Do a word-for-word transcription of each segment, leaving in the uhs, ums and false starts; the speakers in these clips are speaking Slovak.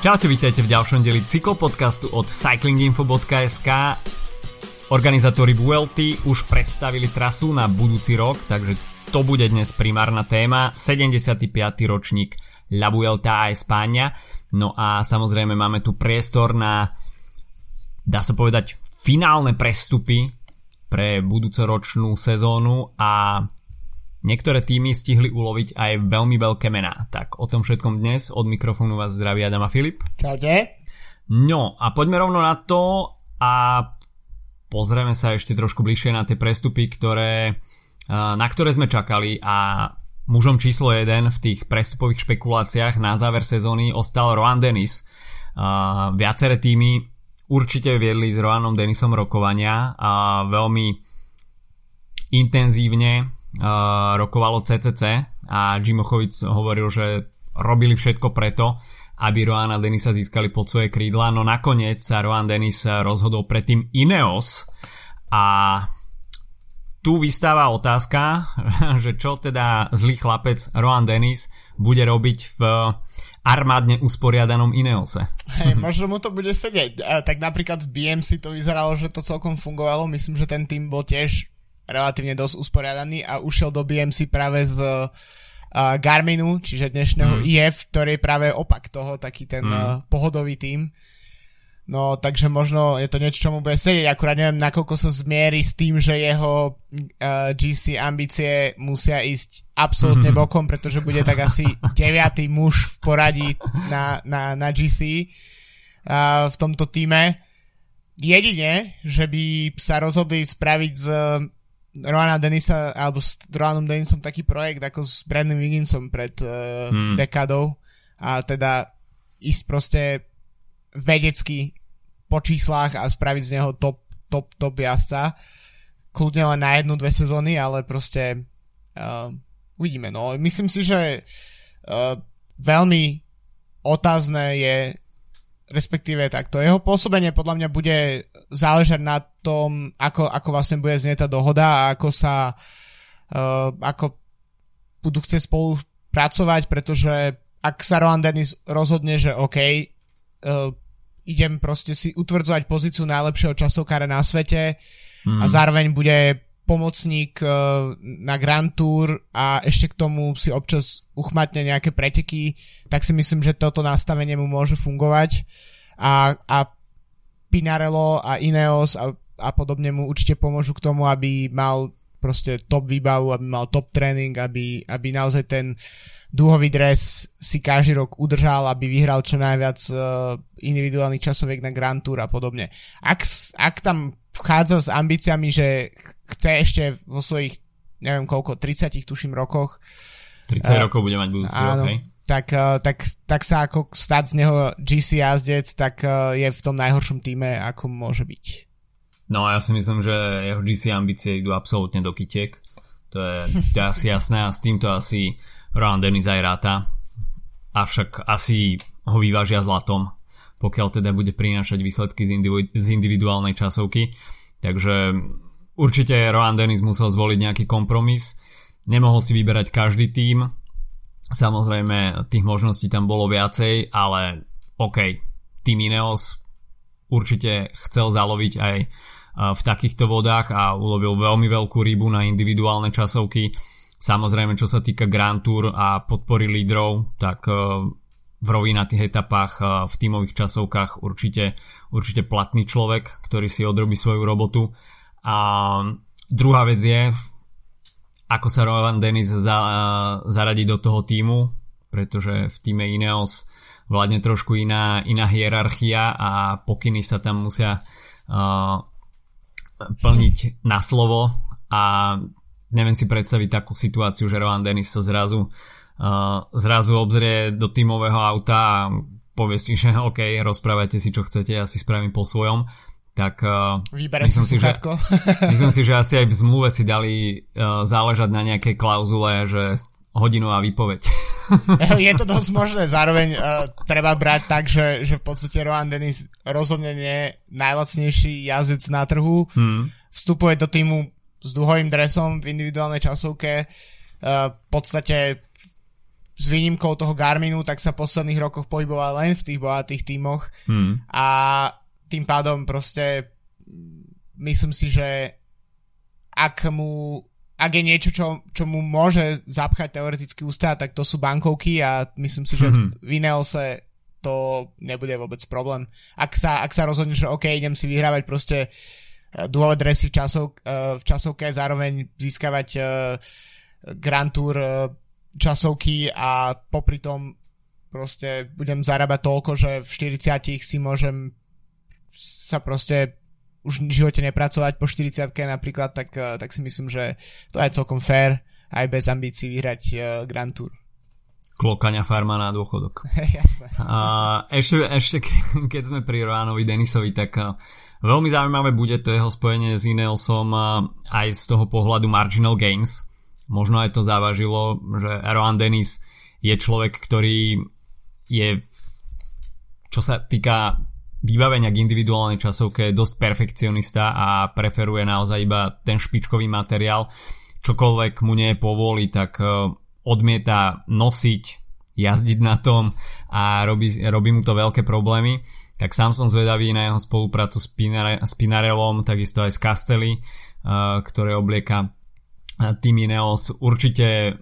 Čaute, vítajte v ďalšom dieli cyklopodcastu od cyclinginfo bodka es ká. Organizátori Vuelty už predstavili trasu na budúci rok, takže to bude dnes primárna téma. sedemdesiaty piaty ročník La Vuelta a España. No a samozrejme máme tu priestor na, dá sa povedať, finálne prestupy pre budúcoročnú sezónu a niektoré týmy stihli uloviť aj veľmi veľké mená. Tak o tom všetkom dnes. Od mikrofónu vás zdraví Adam a Filip. Čaute. No a poďme rovno na to a pozrieme sa ešte trošku bližšie na tie prestupy, ktoré, na ktoré sme čakali, a mužom číslo jeden v tých prestupových špekuláciách na záver sezóny ostal Rohan Dennis. Viaceré týmy určite viedli s Rohanom Dennisom rokovania a veľmi intenzívne Uh, rokovalo cé cé cé a Jim Mochovic hovoril, že robili všetko preto, aby Rohana Dennisa získali pod svoje krídla, no nakoniec sa Rohan Dennis rozhodol predtým Ineos a tu vystáva otázka, že čo teda zlý chlapec Rohan Dennis bude robiť v armádne usporiadanom Ineose. Hey, možno mu to bude sedieť. Tak napríklad v bé em cé to vyzeralo, že to celkom fungovalo. Myslím, že ten tým bol tiež relatívne dosť usporiadaný a ušiel do bé em cé práve z uh, Garminu, čiže dnešného mm. í ef, ktorý je práve opak toho, taký ten mm. uh, pohodový tím. No, takže možno je to niečo, čo mu bude sedieť, akurát neviem, nakoľko sa zmierí s tým, že jeho uh, gé cé ambície musia ísť absolútne mm. bokom, pretože bude tak asi deviatý muž v poradí na, na, na gé cé uh, v tomto týme. Jedine, že by sa rozhodli spraviť z Rohana Dennisa alebo s Rohanom Dennisom taký projekt ako s Brandom Wigginsom pred uh, hmm. dekádou a teda ísť proste vedecky po číslach a spraviť z neho top, top, top jazdca. Kľudne len na jednu, dve sezóny, ale proste uh, uvidíme. No, myslím si, že uh, veľmi otázne je, respektíve takto, jeho pôsobenie podľa mňa bude záležať na tom, ako, ako vlastne bude znieť tá dohoda a ako sa uh, ako budú chcieť spolu pracovať, pretože ak sa Rohan Dennis rozhodne, že OK, uh, idem proste si utvrdzovať pozíciu najlepšieho časovkára na svete mm. a zároveň bude pomocník uh, na Grand Tour a ešte k tomu si občas uchmatne nejaké preteky, tak si myslím, že toto nastavenie mu môže fungovať a, a Pinarello a Ineos a, a podobne mu určite pomôžu k tomu, aby mal proste top výbavu, aby mal top tréning, aby, aby naozaj ten dúhový dres si každý rok udržal, aby vyhral čo najviac uh, individuálnych časoviek na Grand Tour a podobne. Ak, ak tam vchádza s ambíciami, že chce ešte vo svojich, neviem koľko, tridsiatich tuším rokoch. tridsať uh, rokov bude mať budúci rok, hej? Tak, uh, tak, tak sa ako stať z neho gé cé jazdec, tak uh, je v tom najhoršom týme, ako môže byť. No ja si myslím, že jeho gé cé ambície idú absolútne do kytiek. To je, to je asi jasné a s týmto asi Rohan Dennis aj ráta. Avšak asi ho vyvážia zlatom, pokiaľ teda bude prinášať výsledky z, individu- z individuálnej časovky. Takže určite Rohan Dennis musel zvoliť nejaký kompromis. Nemohol si vyberať každý tím. Samozrejme, tých možností tam bolo viacej, ale OK, tým Ineos určite chcel zaloviť aj v takýchto vodách a ulovil veľmi veľkú rybu na individuálne časovky. Samozrejme, čo sa týka Grand Tour a podpory lídrov, tak v rovinatých etapách v tímových časovkách určite, určite platný človek, ktorý si odrobí svoju robotu. A druhá vec je, ako sa Rohan Dennis za, zaradí do toho tímu, pretože v tíme Ineos vládne trošku iná, iná hierarchia a pokyny sa tam musia uh, plniť na slovo a neviem si predstaviť takú situáciu, že Rohan Dennis sa zrazu uh, zrazu obzrie do tímového auta a povie si, že OK, rozprávajte si čo chcete, ja si spravím po svojom. Tak uh, myslím, si, že, myslím si, že asi aj v zmluve si dali uh, záležať na nejakej klauzule, že hodinová výpoveď. Je to dosť možné, zároveň uh, treba brať tak, že, že v podstate Rohan Dennis rozhodne nie najlacnejší jazdec na trhu, hmm. vstupuje do týmu s dúhovým dresom v individuálnej časovke, uh, v podstate s výnimkou toho Garminu, tak sa v posledných rokoch pohyboval len v tých bohatých tímoch hmm. a tým pádom proste myslím si, že ak mu ak je niečo, čo, čo mu môže zapchať teoreticky ústa, tak to sú bankovky a myslím si, že mm-hmm. v Ineose to nebude vôbec problém. Ak sa, ak sa rozhodne, že OK, idem si vyhrávať proste duhové dresy v, časov, v časovke, zároveň získavať uh, Grand Tour uh, časovky a popri tom proste budem zarábať toľko, že v štyridsiatich si môžem sa proste už v živote nepracovať po štyridsiatke napríklad, tak, tak si myslím, že to je celkom fair aj bez ambícií vyhrať uh, Grand Tour. Klokania farma na dôchodok. Jasné. A ešte, ešte keď sme pri Roanovi Dennisovi, tak uh, veľmi zaujímavé bude to jeho spojenie s Ineosom uh, aj z toho pohľadu marginal gains. Možno aj to závažilo, že Rohan Dennis je človek, ktorý je, čo sa týka vybavenia k individuálnej časovke, je dosť perfekcionista a preferuje naozaj iba ten špičkový materiál. Čokoľvek mu nie je povoli, tak odmieta nosiť, jazdiť na tom a robí, robí mu to veľké problémy. Tak sám som zvedavý na jeho spoluprácu s, Pinare, s Pinarellom, takisto aj s Castelli, ktoré oblieka tým Ineos. Určite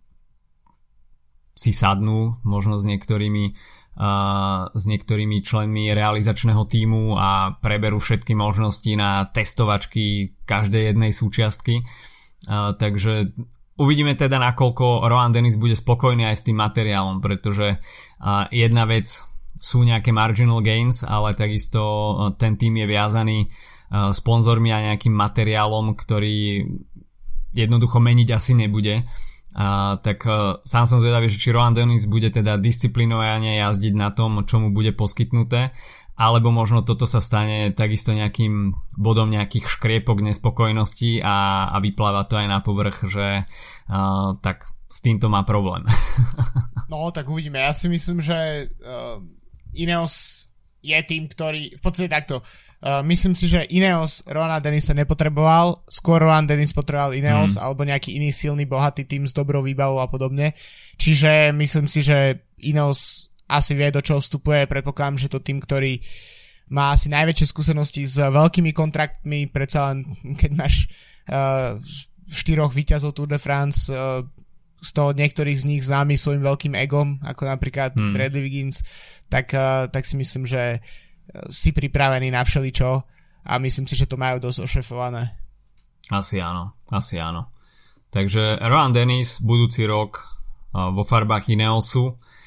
si sadnú možno s niektorými Uh, s niektorými členmi realizačného tímu a preberú všetky možnosti na testovačky každej jednej súčiastky. Uh, takže uvidíme teda, nakoľko Rohan Dennis bude spokojný aj s tým materiálom, pretože uh, jedna vec sú nejaké marginal gains, ale takisto uh, ten tím je viazaný uh, sponzormi a nejakým materiálom, ktorý jednoducho meniť asi nebude. A, tak uh, sám som zvedavý, že či Rohan Dennis bude teda disciplinovane jazdiť na tom, čo mu bude poskytnuté, alebo možno toto sa stane takisto nejakým bodom nejakých škriepok nespokojnosti a, a vypláva to aj na povrch, že uh, tak s týmto má problém. No tak uvidíme, ja si myslím, že uh, Ineos je tým, ktorý v podstate takto Uh, myslím si, že Ineos Rohana Dennisa nepotreboval, skôr Rohan Dennis potreboval Ineos mm. alebo nejaký iný silný, bohatý tým s dobrou výbavou a podobne. Čiže myslím si, že Ineos asi vie, do čoho vstupuje. Predpokladám, že to tým, ktorý má asi najväčšie skúsenosti s veľkými kontraktmi, predsa len keď máš uh, štyroch víťazov Tour de France, uh, z toho niektorých z nich známy svojim veľkým egom, ako napríklad mm. Bradley Wiggins, tak, uh, tak si myslím, že si pripravený na všeličo a myslím si, že to majú dosť ošefované. Asi áno, asi áno. Takže Rohan Dennis budúci rok vo farbách Ineosu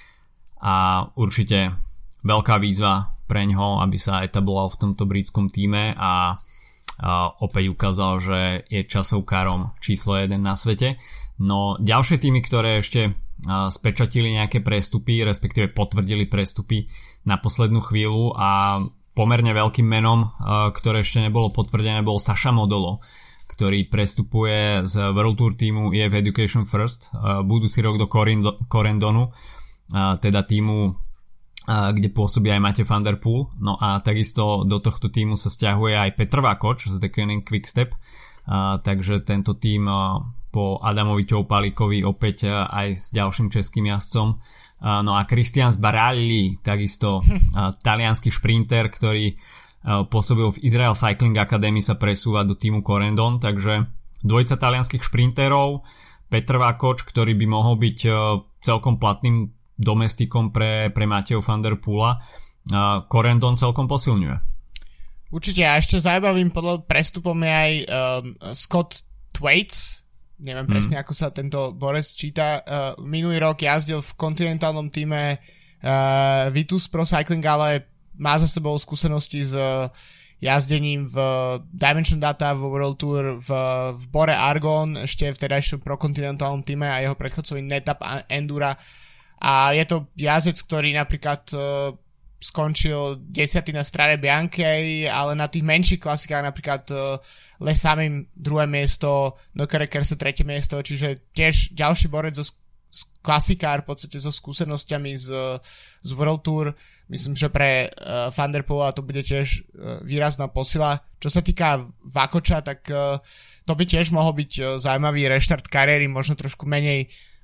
a určite veľká výzva pre ňoho, aby sa etabloval v tomto britskom tíme a, a opäť ukázal, že je časovkárom číslo jeden na svete. No ďalšie týmy, ktoré ešte spečatili nejaké prestupy, respektíve potvrdili prestupy na poslednú chvíľu a pomerne veľkým menom, ktoré ešte nebolo potvrdené, bol Saša Modolo, ktorý prestupuje z World Tour týmu E F Education First budúci rok do Corendonu, teda týmu, kde pôsobí aj Matej van der Poel. No a takisto do tohto týmu sa stiahuje aj Petr Vakoč z The Koenig Quickstep, takže tento tým po Adamovi Ťoupalíkovi opäť aj s ďalším českým jazdcom. No a Christian Sbaragli, takisto taliansky šprinter, ktorý pôsobil v Israel Cycling Academy, sa presúva do týmu Corendon, takže dvojica talianskych šprinterov, Petr Vakoč, ktorý by mohol byť celkom platným domestikom pre, pre Mateja van der Poela. Corendon celkom posilňuje. Určite, a ešte zaujímavým prestupom je aj um, Scott Thwaites. Neviem presne, mm. ako sa tento borec číta. Uh, minulý rok jazdil v kontinentálnom týme uh, Vitus Pro Cycling, ale má za sebou skúsenosti s uh, jazdením v Dimension Data, v World Tour, v, v Bore Argon, ešte v tedajšom prokontinentálnom týme a jeho predchodcovi Netap Endura. A je to jazdec, ktorý napríklad uh, skončil desiaty na Strade Bianchej, ale na tých menších klasikách napríklad uh, Les Amis druhé miesto, Nökerekerse tretie miesto, čiže tiež ďalší borec zo klasikár v podstate so skúsenosťami z, z World Tour. Myslím, že pre uh, Van der Poela to bude tiež uh, výrazná posila. Čo sa týka Vakoča, tak uh, to by tiež mohol byť uh, zaujímavý reštart kariéry, možno trošku menej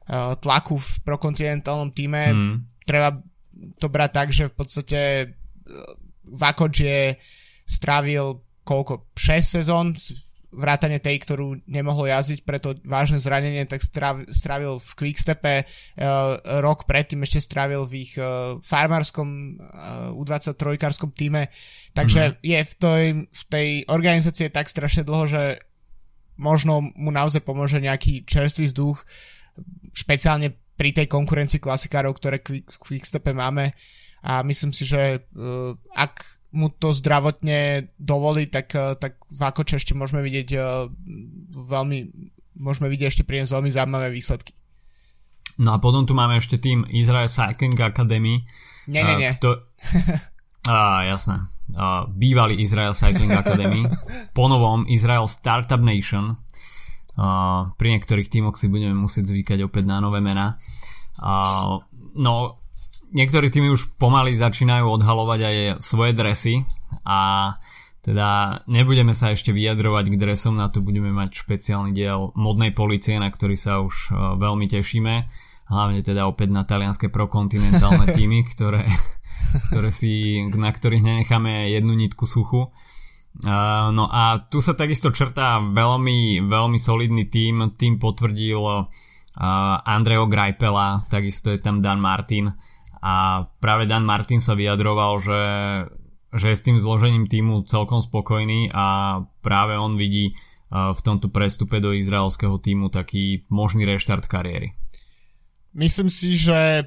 uh, tlaku v prokontinentálnom týme. Mm. Treba to brať tak, že v podstate uh, Vakoč je strávil koľko? šesť sezón, vrátane tej, ktorú nemohol jazdiť, preto vážne zranenie, tak strávil v Quickstepe, uh, rok predtým ešte strávil v ich uh, farmárskom uh, ú dvadsaťtrikárskom týme, takže mm-hmm. je v tej, v tej organizácii tak strašne dlho, že možno mu naozaj pomôže nejaký čerstvý vzduch, špeciálne pri tej konkurencii klasikárov, ktoré v Quickstepe máme, a myslím si, že uh, ak mu to zdravotne dovolí, tak, tak v Vakoče ešte môžeme vidieť uh, veľmi, môžeme vidieť ešte príjem veľmi zaujímavé výsledky. No a potom tu máme ešte tým Israel Cycling Academy. Nie, nie, nie. Kto... Á, jasné. Uh, bývalý Israel Cycling Academy. Po novom Israel Startup Nation. Uh, pri niektorých tímoch si budeme musieť zvykať opäť na nové mená. Uh, no niektorí týmy už pomaly začínajú odhalovať aj svoje dresy a teda nebudeme sa ešte vyjadrovať k dresom, na to budeme mať špeciálny diel modnej polície, na ktorý sa už veľmi tešíme, hlavne teda opäť na talianske prokontinentálne týmy, ktoré, ktoré si, na ktorých nenecháme jednu nitku suchu. Uh, no a tu sa takisto črtá veľmi, veľmi solidný tím, tým potvrdil uh, Andreo Greipela, takisto je tam Dan Martin. A práve Dan Martin sa vyjadroval, že, že je s tým zložením týmu celkom spokojný a práve on vidí v tomto prestupe do izraelského týmu taký možný reštart kariéry. Myslím si, že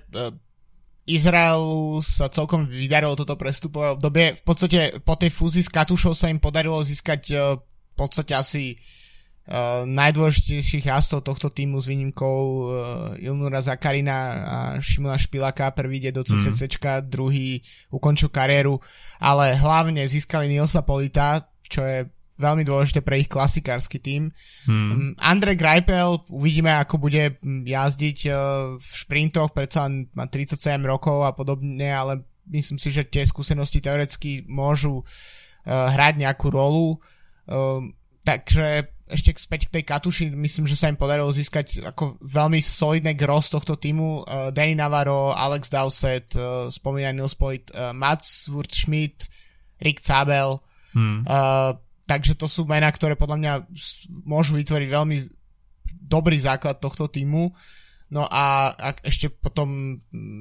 Izraelu sa celkom vydarilo toto prestupové obdobie. V podstate po tej fúzii s Katusou sa im podarilo získať v podstate asi Uh, najdôležitejších jazdcov tohto týmu s výnimkou uh, Ilnura Zakarina a Šimona Špilaka. Prvý ide do cé cé céčka, mm. druhý ukončil kariéru, ale hlavne získali Nilsa Polita, čo je veľmi dôležité pre ich klasikársky tím. Mm. Um, Andrej Greipel, uvidíme ako bude jazdiť uh, v šprintoch, predsa má tridsaťsedem rokov a podobne, ale myslím si, že tie skúsenosti teoreticky môžu uh, hrať nejakú rolu. Uh, takže ešte späť k tej Katuši, myslím, že sa im podarilo získať ako veľmi solidné gros tohto týmu. Uh, Danny Navarro, Alex Dowsett, uh, spomínaný Nils Poit, uh, Mats Wurth-Schmidt, Rick Zabel. Hmm. Uh, takže to sú mená, ktoré podľa mňa môžu vytvoriť veľmi dobrý základ tohto týmu. No a, a ešte potom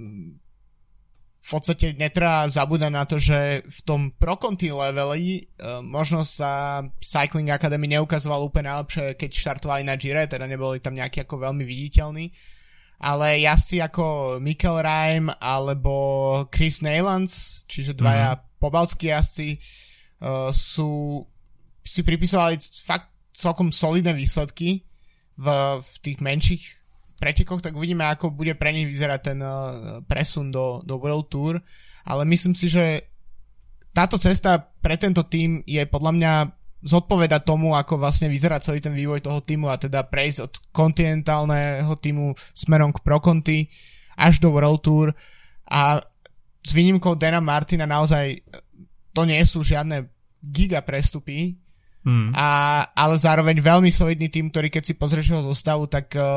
v podstate netreba zabúdať na to, že v tom pro-conti leveli uh, možno sa Cycling Academy neukazoval úplne najlepšie, keď štartovali na Gire, teda neboli tam nejaký ako veľmi viditeľní, ale jazdci ako Mikkel Reim alebo Chris Neylands, čiže dvaja mm-hmm. pobaltskí jazdci uh, sú si pripisovali fakt celkom solidné výsledky v, v tých menších pretekoch, tak uvidíme, ako bude pre nich vyzerať ten uh, presun do, do World Tour, ale myslím si, že táto cesta pre tento tím je podľa mňa zodpoveda tomu, ako vlastne vyzerá celý ten vývoj toho týmu, a teda prejsť od kontinentálneho týmu smerom k Pro-Conti až do World Tour, a s výnimkou Dana Martina naozaj to nie sú žiadne giga prestupy, hmm. a, ale zároveň veľmi solidný tým, ktorý keď si pozrieš jeho zostavu, tak uh,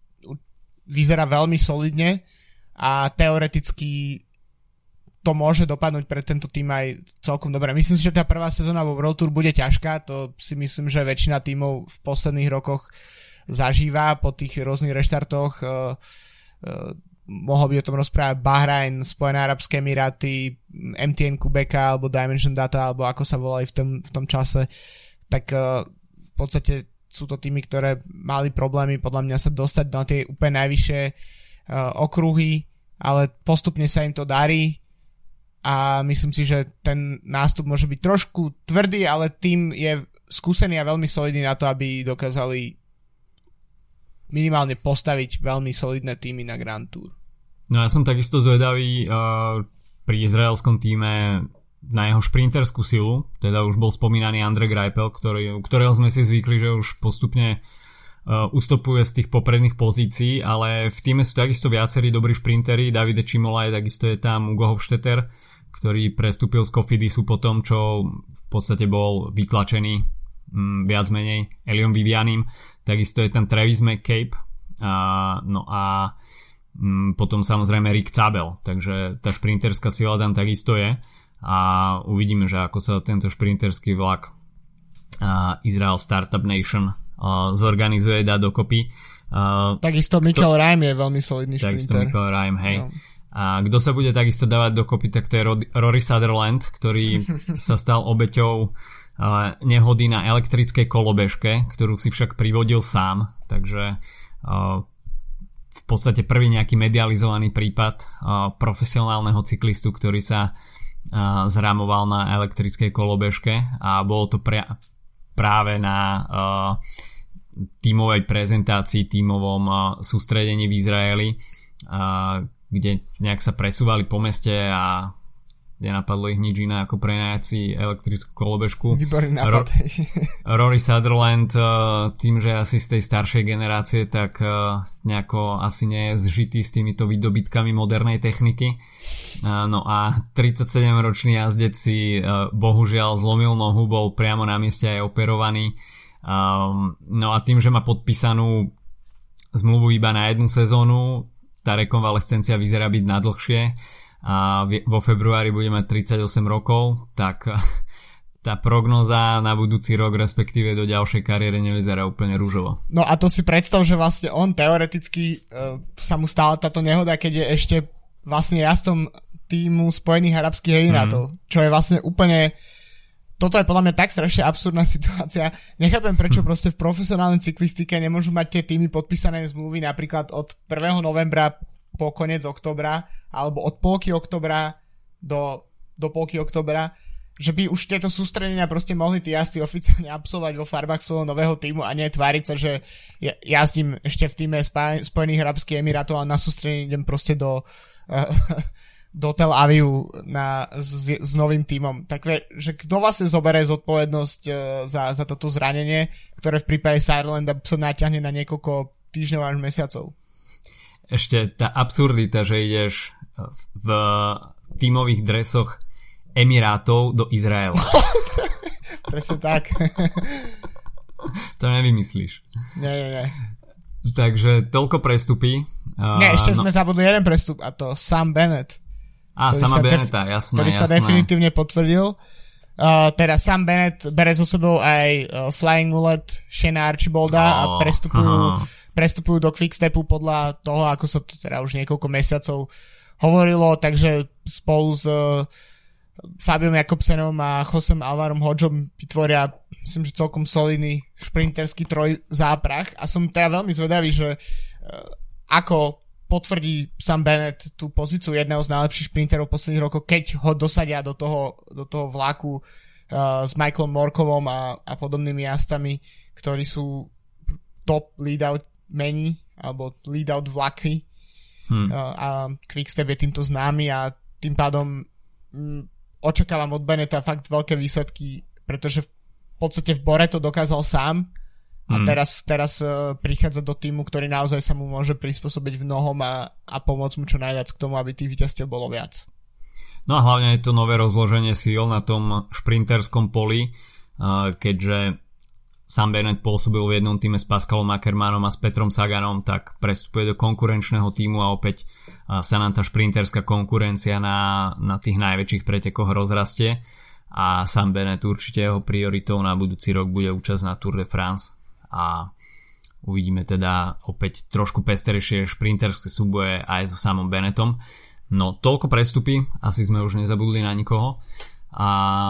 vyzerá veľmi solidne a teoreticky to môže dopadnúť pre tento tým aj celkom dobre. Myslím si, že tá prvá sezóna vo World Tour bude ťažká, to si myslím, že väčšina tímov v posledných rokoch zažíva po tých rôznych reštartoch. Uh, uh, mohol by o tom rozprávať Bahrain, Spojené arabské emiráty, em té en Kubeka alebo Dimension Data, alebo ako sa volali v tom, v tom čase. Tak uh, v podstate sú to týmy, ktoré mali problémy podľa mňa sa dostať na tie úplne najvyššie uh, okruhy, ale postupne sa im to darí a myslím si, že ten nástup môže byť trošku tvrdý, ale tým je skúsený a veľmi solidný na to, aby dokázali minimálne postaviť veľmi solidné týmy na Grand Tour. No ja som takisto zvedavý uh, pri izraelskom týme na jeho šprinterskú silu, teda už bol spomínaný Andrej Greipel, ktorý, u ktorého sme si zvykli, že už postupne uh, ustupuje z tých popredných pozícií, ale v týme sú takisto viacerí dobrí šprinteri. Davide Cimola je, takisto je tam Ugo Hofstetter, ktorý prestúpil z Cofidisu po tom, čo v podstate bol vytlačený um, viac menej Eliom Vivianim. Takisto je tam Travis McCabe, A, no a m, potom samozrejme Rick Zabel, takže tá šprinterská sila tam takisto je a uvidíme, že ako sa tento šprinterský vlak a Israel Startup Nation a, zorganizuje, dá dokopy. A, takisto Michael kto, Rime je veľmi solidný šprinter. Takisto Michael Rime, hej. No. A kto sa bude takisto dávať dokopy, tak to je Rory Sutherland, ktorý sa stal obeťou nehody na elektrickej kolobežke, ktorú si však privodil sám, takže v podstate prvý nejaký medializovaný prípad profesionálneho cyklistu, ktorý sa zramoval na elektrickej kolobežke a bolo to pre, práve na tímovej prezentácii, tímovom sústredení v Izraeli, kde nejak sa presúvali po meste a nenapadlo ich nič iné ako prenajať si elektrickú kolobežku. Výborný nápad. Ro- Rory Sutherland tým, že asi z tej staršej generácie, tak nejako asi nie je zžitý s týmito výdobytkami modernej techniky. No a tridsaťsedemročný jazdec si bohužiaľ zlomil nohu, bol priamo na mieste aj operovaný. No a tým, že má podpísanú zmluvu iba na jednu sezónu, tá rekonvalescencia vyzerá byť na dlhšie a vo februári bude mať tridsaťosem rokov, tak tá prognoza na budúci rok, respektíve do ďalšej kariéry nevyzerá úplne ružovo. No a to si predstav, že vlastne on teoreticky uh, sa mu stala táto nehoda, keď je ešte vlastne jazdcom týmu Spojených arabských emirátov, mm. čo je vlastne úplne, toto je podľa mňa tak strašne absurdná situácia. Nechápem, prečo proste v profesionálnej cyklistike nemôžu mať tie týmy podpísané zmluvy napríklad od prvého novembra po koniec októbra, alebo od polky októbra do, do polky októbra, že by už tieto sústredenia proste mohli tí jazdci oficiálne absolvovať vo farbách svojho nového týmu a nie tváriť sa, že ja, jazdím ešte v týme Spojených arabských emirátov a na sústredenie idem proste do, uh, do Tel Avivu na, s, s novým týmom. Tak vie, že kto vlastne zoberie zodpovednosť uh, za, za toto zranenie, ktoré v prípade Sutherlanda sa naťahne na niekoľko týždňov až mesiacov. Ešte tá absurdita, že ideš v tímových dresoch Emirátov do Izraela. Presne tak. To nevymyslíš. Nie, nie, nie. Takže toľko prestupy. Nie, ešte no. sme zabudli jeden prestup a to Sam Bennett. Á, Sama Bennetta, def- jasné, ktorý jasné. sa definitívne potvrdil. Uh, teda Sam Bennett bere so sebou aj uh, Flying Mullet, Shane Archibalda oh, a prestupujú, prestupujú do Quickstepu podľa toho, ako sa to teda už niekoľko mesiacov hovorilo, takže spolu s uh, Fabiom Jakobsenom a Josem Alvarom Hodžom vytvoria, myslím, že celkom solidný šprinterský trojzáprach a som teda veľmi zvedavý, že uh, ako potvrdí Sam Bennett tú pozíciu jedného z najlepších šprinterov posledných rokov, keď ho dosadia do toho, do toho vlaku uh, s Michaelom Morkovom a, a podobnými jazdcami, ktorí sú top lead-out meni alebo lead-out vlaky. Hmm. Uh, a Quickstep je týmto známy a tým pádom um, očakávam od Bennetta fakt veľké výsledky, pretože v podstate v Bore to dokázal sám a hmm. teraz, teraz uh, prichádza do týmu, ktorý naozaj sa mu môže prispôsobiť v mnohom a, a pomôcť mu čo najviac k tomu, aby tých víťazstiev bolo viac. No a hlavne je to nové rozloženie síl na tom šprinterskom poli, uh, keďže Sam Bennett pôsobil v jednom týme s Pascalom Ackermannom a s Petrom Saganom, tak prestupuje do konkurenčného týmu a opäť uh, sa nám tá šprinterská konkurencia na, na tých najväčších pretekoch rozrastie a Sam Bennett určite jeho prioritou na budúci rok bude účasť na Tour de France a uvidíme teda opäť trošku pesterejšie šprinterské súboje aj so Samom Bennettom. No toľko prestupy, asi sme už nezabudli na nikoho a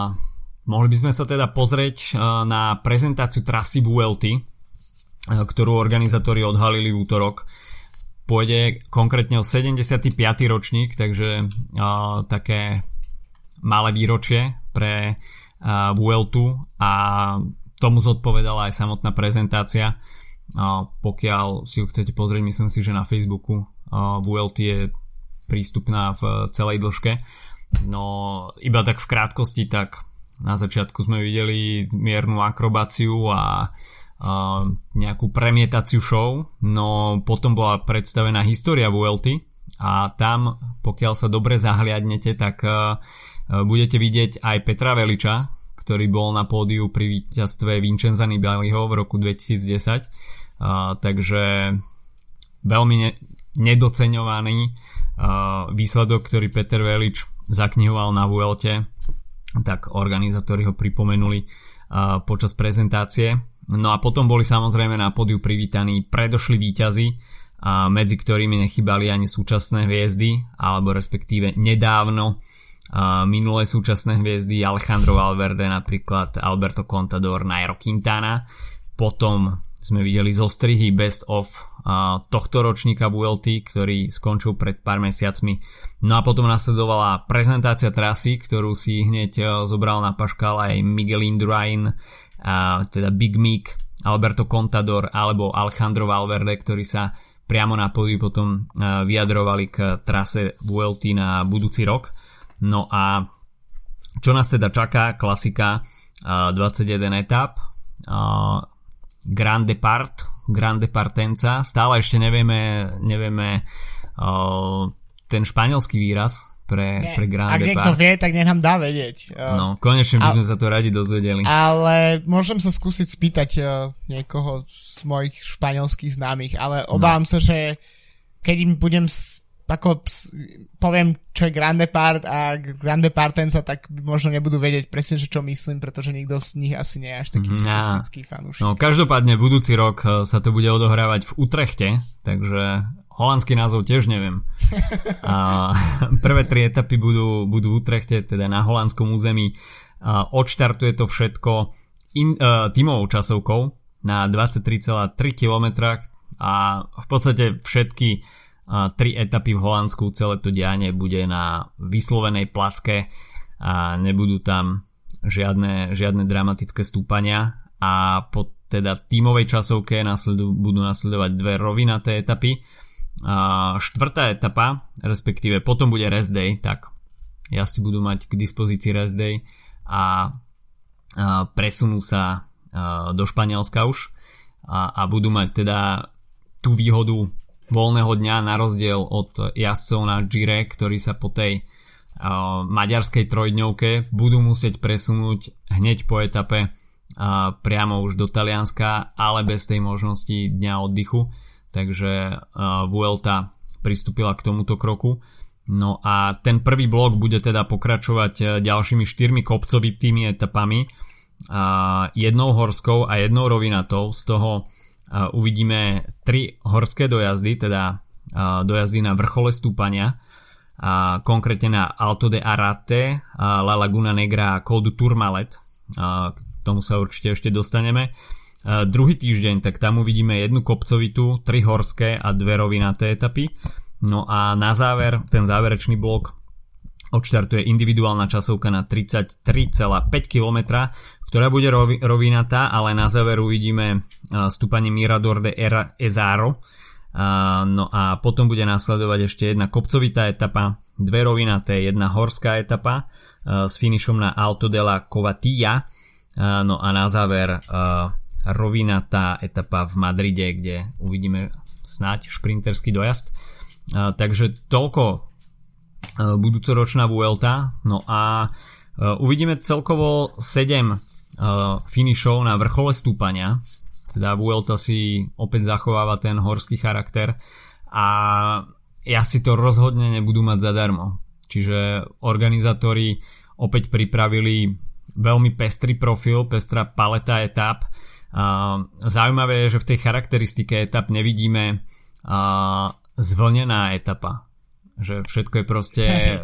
mohli by sme sa teda pozrieť na prezentáciu trasy Vuelty, ktorú organizátori odhalili v útorok. Pôjde konkrétne o sedemdesiaty piaty ročník, takže uh, také malé výročie pre uh, Vueltu a tomu zodpovedala aj samotná prezentácia. Uh, pokiaľ si ju chcete pozrieť, myslím si, že na Facebooku uh, Vuelty je prístupná v celej dĺžke. No iba tak v krátkosti, tak na začiatku sme videli miernu akrobáciu a uh, nejakú premietaciu show, no potom bola predstavená história Vuelty a tam, pokiaľ sa dobre zahliadnete, tak uh, budete vidieť aj Petra Veliča, ktorý bol na pódiu pri víťazstve Vincenza Nibaliho v roku dvetisícdesať. Uh, takže veľmi ne- nedoceňovaný uh, výsledok, ktorý Peter Velič zaknihoval na Vuelte, tak organizátori ho pripomenuli uh, počas prezentácie. No a potom boli samozrejme na pódiu privítaní predošli víťazi, uh, medzi ktorými nechybali ani súčasné hviezdy, alebo respektíve nedávno uh, minulé súčasné hviezdy Alejandro Valverde, napríklad Alberto Contador, Nairo Quintana. Potom sme videli zostrihy best of uh, tohto ročníka Vuelty, ktorý skončil pred pár mesiacmi. No a potom nasledovala prezentácia trasy, ktorú si hneď uh, zobral na paškal aj Miguel Indurain, uh, teda Big Mick, Alberto Contador alebo Alejandro Valverde, ktorí sa priamo na pódiu potom uh, vyjadrovali k trase Vuelty na budúci rok. No a čo nás teda čaká? Klasika, uh, dvadsaťjeden etap, uh, Grande Part, Grande Partenza, stále ešte nevieme, nevieme uh, ten španielský výraz pre, pre Grande Part. Ak niekto vie, tak nech nám dá vedieť. Uh, no, konečne by sme sa to radi dozvedeli. Ale môžem sa skúsiť spýtať uh, niekoho z mojich španielských známych, ale obávam no. sa, že keď im budem s, ako ps, poviem, čo je Grande Part a Grande Partenza, tak možno nebudú vedieť presne, že čo myslím, pretože nikto z nich asi nie je až taký cyklistický fanúšik. No, každopádne budúci rok sa to bude odohrávať v Utrechte, takže holandský názov tiež neviem. A prvé tri etapy budú, budú v Utrechte, teda na holandskom území. A odštartuje to všetko in, uh, tímovou časovkou na dvadsaťtri celé tri kilometra a v podstate všetky Uh, tri etapy v Holandsku, celé to dianie bude na vyslovenej placke a nebudú tam žiadne, žiadne dramatické stúpania a po teda tímovej časovke nasledu, budú nasledovať dve rovinaté etapy. Uh, štvrtá etapa, respektíve potom bude rest day, tak jazdci budú mať k dispozícii rest day a uh, presunú sa uh, do Španielska už a, a budú mať teda tú výhodu voľného dňa na rozdiel od jazdcov na Gire, ktorí sa po tej uh, maďarskej trojdňovke budú musieť presunúť hneď po etape uh, priamo už do Talianska, ale bez tej možnosti dňa oddychu. Takže uh, Vuelta pristúpila k tomuto kroku. No a ten prvý blok bude teda pokračovať ďalšími štyrmi kopcovitými etapami, uh, jednou horskou a jednou rovinatou. Z toho Uh, uvidíme tri horské dojazdy, teda uh, dojazdy na vrchole stúpania, uh, konkrétne na Alto de Arate, uh, La Laguna Negra a Col du Tourmalet. Uh, k tomu sa určite ešte dostaneme. Uh, druhý týždeň, tak tam uvidíme jednu kopcovitú, tri horské a dve rovinaté etapy. No a na záver, ten záverečný blok odštartuje individuálna časovka na tridsaťtri celé päť kilometra, ktorá bude rovi, rovinatá, ale na záver uvidíme uh, stúpanie Mirador de Ezaro. Uh, no a potom bude nasledovať ešte jedna kopcovitá etapa, dve rovinaté, jedna horská etapa uh, s finišom na Alto de la Covatilla. Uh, no a na záver uh, rovinatá etapa v Madride, kde uvidíme snáď šprinterský dojazd. Uh, takže toľko uh, budúcoročná Vuelta. No a uh, uvidíme celkovo sedem Uh, finišov na vrchole stúpania, teda Vuelta si opäť zachováva ten horský charakter a ja si to rozhodne nebudú mať zadarmo, čiže organizátori opäť pripravili veľmi pestrý profil, pestrá paleta etap. Uh, zaujímavé je, že v tej charakteristike etap nevidíme uh, zvlnená etapa, že všetko je proste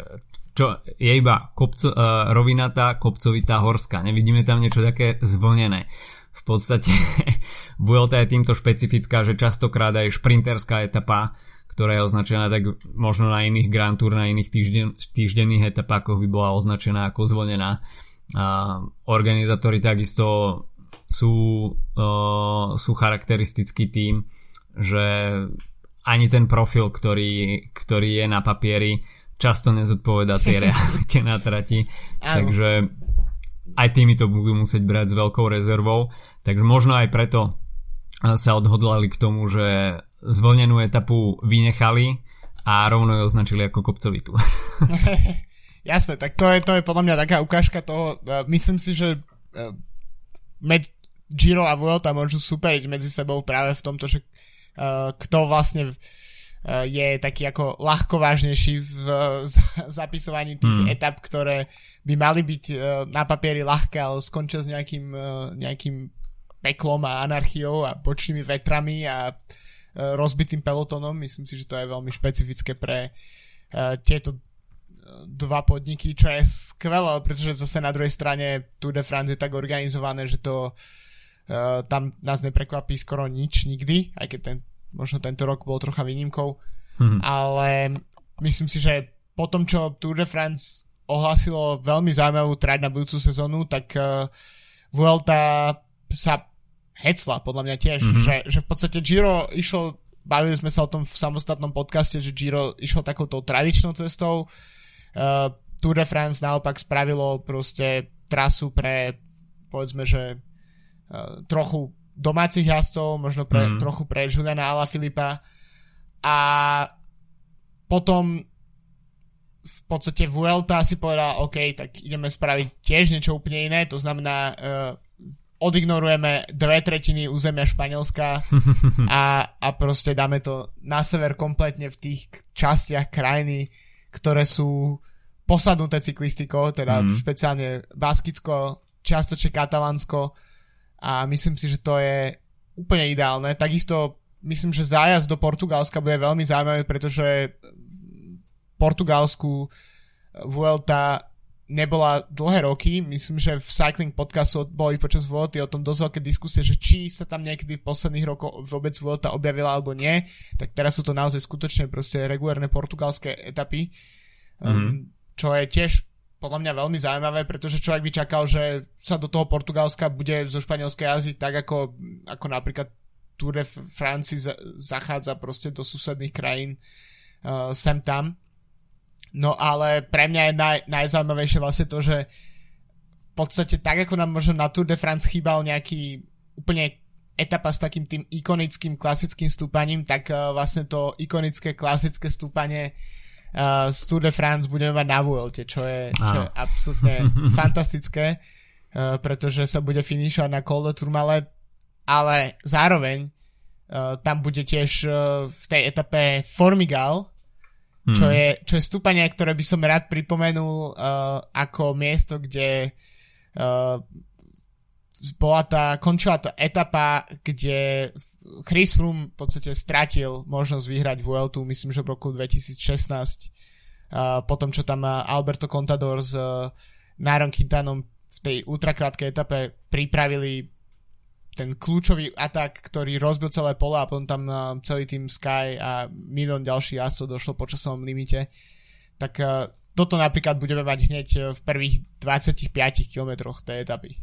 čo je iba kopco, uh, rovinatá, kopcovitá, horská. Nevidíme tam niečo také zvlnené. V podstate Vuelta je týmto špecifická, že častokrát aj šprinterská etapa, ktorá je označená tak možno na iných Grand Tour, na iných týžden, týždenných etapách by bola označená ako zvlnená. Uh, organizátori takisto sú, uh, sú charakteristický tým, že ani ten profil, ktorý, ktorý je na papieri, často nezodpovedá tej realite na trati, takže aj týmy to budú musieť brať s veľkou rezervou, takže možno aj preto sa odhodlali k tomu, že zvlnenú etapu vynechali a rovno ju označili ako kopcovitú. Jasné, tak to je, to je podľa mňa taká ukážka toho, myslím si, že med Giro a Vuelta môžu superiť medzi sebou práve v tomto, že kto vlastne je taký ako ľahkovážnejší v zapisovaní tých mm. etap, ktoré by mali byť na papieri ľahké, ale skončia s nejakým, nejakým peklom a anarchiou a bočnými vetrami a rozbitým pelotónom. Myslím si, že to je veľmi špecifické pre tieto dva podniky, čo je skvelé, pretože zase na druhej strane Tour de France je tak organizované, že to uh, tam nás neprekvapí skoro nič nikdy, aj keď ten, možno tento rok bol trocha výnimkou, hmm. ale myslím si, že po tom, čo Tour de France ohlásilo veľmi zaujímavú trať na budúcu sezónu, tak uh, Vuelta sa hecla, podľa mňa tiež, mm-hmm. že, že v podstate Giro išlo, bavili sme sa o tom v samostatnom podcaste, že Giro išlo takouto tradičnou cestou. Uh, Tour de France naopak spravilo proste trasu pre, povedzme, že uh, trochu domácich jazdcov, možno pre, mm. trochu pre Juliana Alaphilippa, a potom v podstate Vuelta si povedal, OK, tak ideme spraviť tiež niečo úplne iné, to znamená uh, odignorujeme dve tretiny územia Španielska a, a proste dáme to na sever kompletne v tých častiach krajiny, ktoré sú posadnuté cyklistikou, teda mm. špeciálne Baskicko, čiastočne Katalánsko, a myslím si, že to je úplne ideálne. Takisto myslím, že zájazd do Portugalska bude veľmi zaujímavý, pretože Portugalsku Vuelta nebola dlhé roky. Myslím, že v Cycling podcastu boli počas Vuelty o tom dosť veľké diskusie, že či sa tam niekedy v posledných rokoch vôbec Vuelta objavila alebo nie. Tak teraz sú to naozaj skutočne proste regulárne portugalské etapy. Mm. Um, čo je tiež podľa mňa veľmi zaujímavé, pretože človek by čakal, že sa do toho Portugalska bude zo španielskej jazdy tak ako, ako napríklad Tour de France zachádza proste do susedných krajín uh, sem tam. No ale pre mňa je naj, najzaujímavejšie vlastne to, že v podstate tak ako nám možno na Tour de France chýbal nejaký úplne etapa s takým tým ikonickým klasickým stúpaním, tak uh, vlastne to ikonické klasické stúpanie Uh, z Tour de France budeme mať na Vuelte, čo je, čo je absolútne fantastické, uh, pretože sa bude finišovať na Col de Tourmalet, ale zároveň uh, tam bude tiež uh, v tej etape Formigal, hmm. čo, je, čo je stúpanie, ktoré by som rád pripomenul uh, ako miesto, kde uh, bola tá, končila tá etapa, kde Chris Froome v podstate stratil možnosť vyhrať Vueltu, myslím, že v roku dvetisícšestnásť, uh, potom čo tam Alberto Contador s uh, Nairom Quintanom v tej ultrakrátkej etape pripravili ten kľúčový atak, ktorý rozbil celé pole, a potom tam uh, celý tým Sky a milión ďalších jazdcov došlo po časovom limite. Tak uh, toto napríklad budeme mať hneď v prvých dvadsaťpäť kilometroch tej etapy.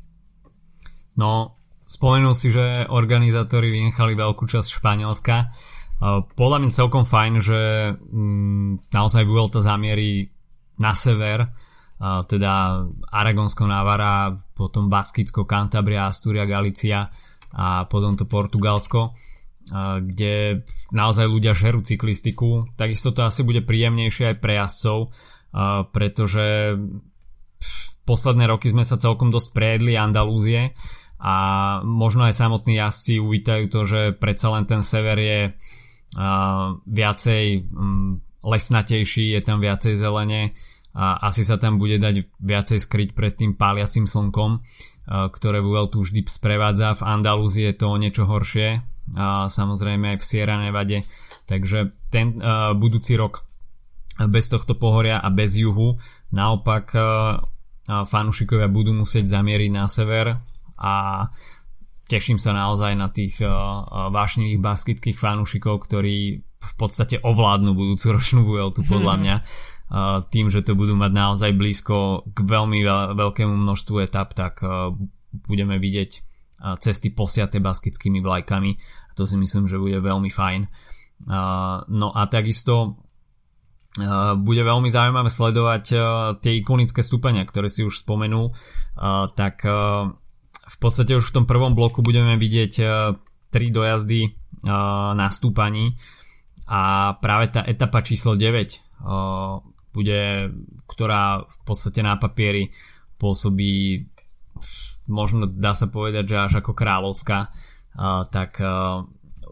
No, spomenul si, že organizátori vynechali veľkú časť Španielska. Podľa mňa celkom fajn, že naozaj Vuelta zamierí na sever, teda Aragonsko, Navara, potom Baskicko, Cantabria, Astúria, Galícia a potom to Portugalsko, kde naozaj ľudia žerú cyklistiku. Takisto to asi bude príjemnejšie aj pre jazdcov, pretože posledné roky sme sa celkom dosť prejedli Andalúzie a možno aj samotní jazdci uvítajú to, že predsa len ten sever je uh, viacej um, lesnatejší, je tam viacej zelene a asi sa tam bude dať viacej skryť pred tým páliacim slnkom, uh, ktoré Vueltu vždy sprevádza. V Andalúzii je to o niečo horšie, a samozrejme aj v Sierra Nevade, takže ten uh, budúci rok bez tohto pohoria a bez juhu naopak uh, fanúšikovia budú musieť zamieriť na sever, a teším sa naozaj na tých uh, vášnivých baskických fanúšikov, ktorí v podstate ovládnu budúcu ročnú Vueltu podľa mňa, uh, tým, že to budú mať naozaj blízko k veľmi veľ- veľkému množstvu etap, tak uh, budeme vidieť uh, cesty posiate baskickými vlajkami, a to si myslím, že bude veľmi fajn. Uh, no a takisto Uh, bude veľmi zaujímavé sledovať uh, tie ikonické stúpania, ktoré si už spomenul, uh, tak uh, v podstate už v tom prvom bloku budeme vidieť uh, tri dojazdy uh, na stúpaní, a práve tá etapa číslo deväť uh, bude, ktorá v podstate na papieri pôsobí, možno dá sa povedať, že až ako kráľovská, uh, tak uh,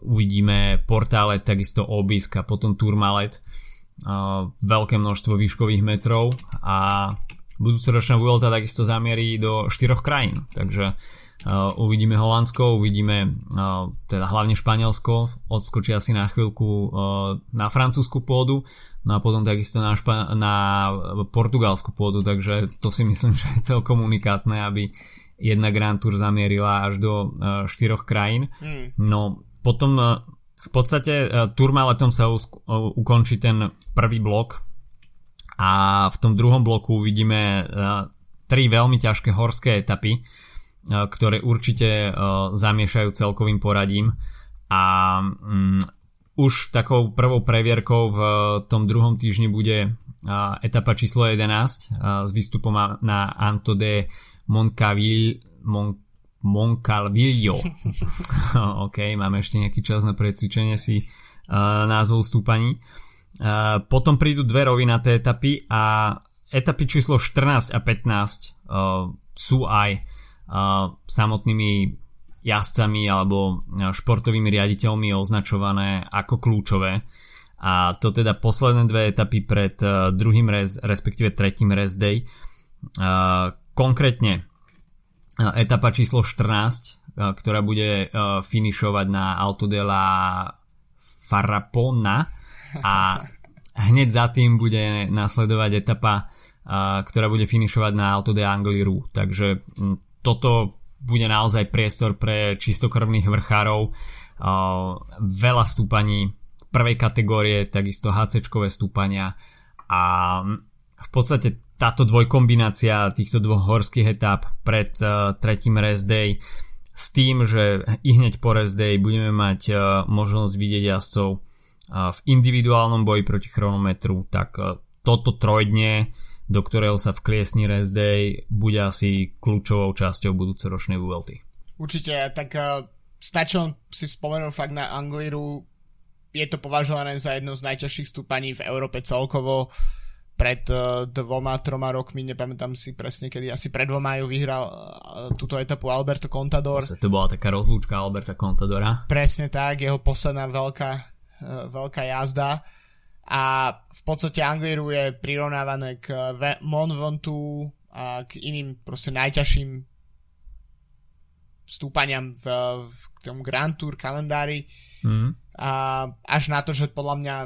uvidíme Portalet, takisto Obisk a potom Tourmalet, uh, veľké množstvo výškových metrov a budúcoročná Vuelta takisto zamierí do štyroch krajín, takže uh, uvidíme Holandsko, uvidíme uh, teda hlavne Španielsko, odskočí asi na chvíľku uh, na francúzsku pôdu, no a potom takisto na, špa- na portugalskú pôdu, takže to si myslím, že je celkom unikátne, aby jedna Grand Tour zamierila až do uh, štyroch krajín. Mm. No potom uh, v podstate uh, Tourmaletom sa u- uh, ukončí ten prvý blok a v tom druhom bloku uvidíme uh, tri veľmi ťažké horské etapy, uh, ktoré určite uh, zamiešajú celkovým poradím a um, už takou prvou previerkou v uh, tom druhom týždni bude uh, etapa číslo jedenásť uh, s výstupom na Alto de Moncavil, Mon, Moncalvillo. OK, máme ešte nejaký čas na precvičenie si uh, názvov stúpaní. Uh, potom prídu dve rovinaté etapy a etapy číslo štrnásť a pätnásť uh, sú aj uh, samotnými jazdcami alebo športovými riaditeľmi označované ako kľúčové a to teda posledné dve etapy pred uh, druhým rez, respektíve tretím rest day. Uh, konkrétne uh, etapa číslo štrnásť, uh, ktorá bude uh, finišovať na Alto de la Farrapona a hneď za tým bude nasledovať etapa, uh, ktorá bude finišovať na Alto de Angliru. Takže um, toto bude naozaj priestor pre čistokrvných vrchárov. Uh, veľa stúpaní prvej kategórie, takisto HCčkové stúpania a v podstate táto dvojkombinácia týchto dvoch horských etap pred uh, tretím rest day s tým, že i hneď po rest day budeme mať uh, možnosť vidieť jazdcov v individuálnom boji proti chronometru, tak toto trojdnie, do ktorého sa vkliesni rest day, bude asi kľúčovou časťou budúcoročnej Vuelty. Určite, tak uh, stačilo si spomenúť fakt na Angliru, je to považované za jedno z najťažších stúpaní v Európe celkovo. Pred uh, dvoma, troma rokmi, nepamätám si presne kedy, asi pred dvoma ju vyhral uh, túto etapu Alberto Contador. To bola taká rozlúčka Alberta Contadora. Presne tak, jeho posledná veľká veľká jazda a v podstate Angliru je prirovnávané k Mont Ventoux a k iným proste najťažším stúpaniam v, v tom Grand Tour kalendári mm. a až na to, že podľa mňa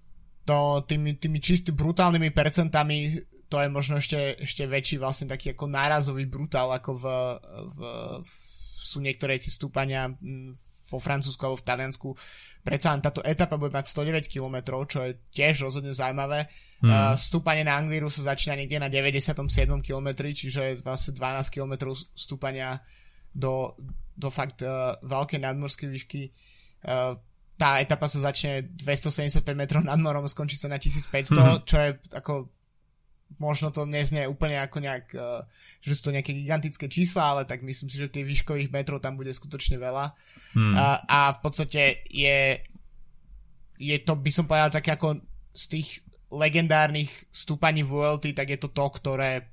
to tými, tými čistými brutálnymi percentami to je možno ešte, ešte väčší vlastne taký ako nárazový brutál ako v, v, v sú niektoré tie stúpania vo Francúzsku alebo v Taliansku. Predsa len táto etapa bude mať stodeväť kilometrov, čo je tiež rozhodne zaujímavé. Mm. Uh, stúpanie na Angliru sa začína niekde na deväťdesiatom siedmom kilometri, čiže vlastne dvanásť kilometrov stúpania do, do fakt uh, veľkej nadmorskej výšky. Uh, tá etapa sa začne dvestosedemdesiatpäť metrov nad morom, skončí sa na tisícpäťsto, mm. čo je ako možno to neznie úplne ako nejak, uh, že sú to nejaké gigantické čísla, ale tak myslím si, že tých výškových metrov tam bude skutočne veľa. Hmm. Uh, a v podstate je je to, by som povedal, také ako z tých legendárnych stúpaní Vuelty, tak je to to, ktoré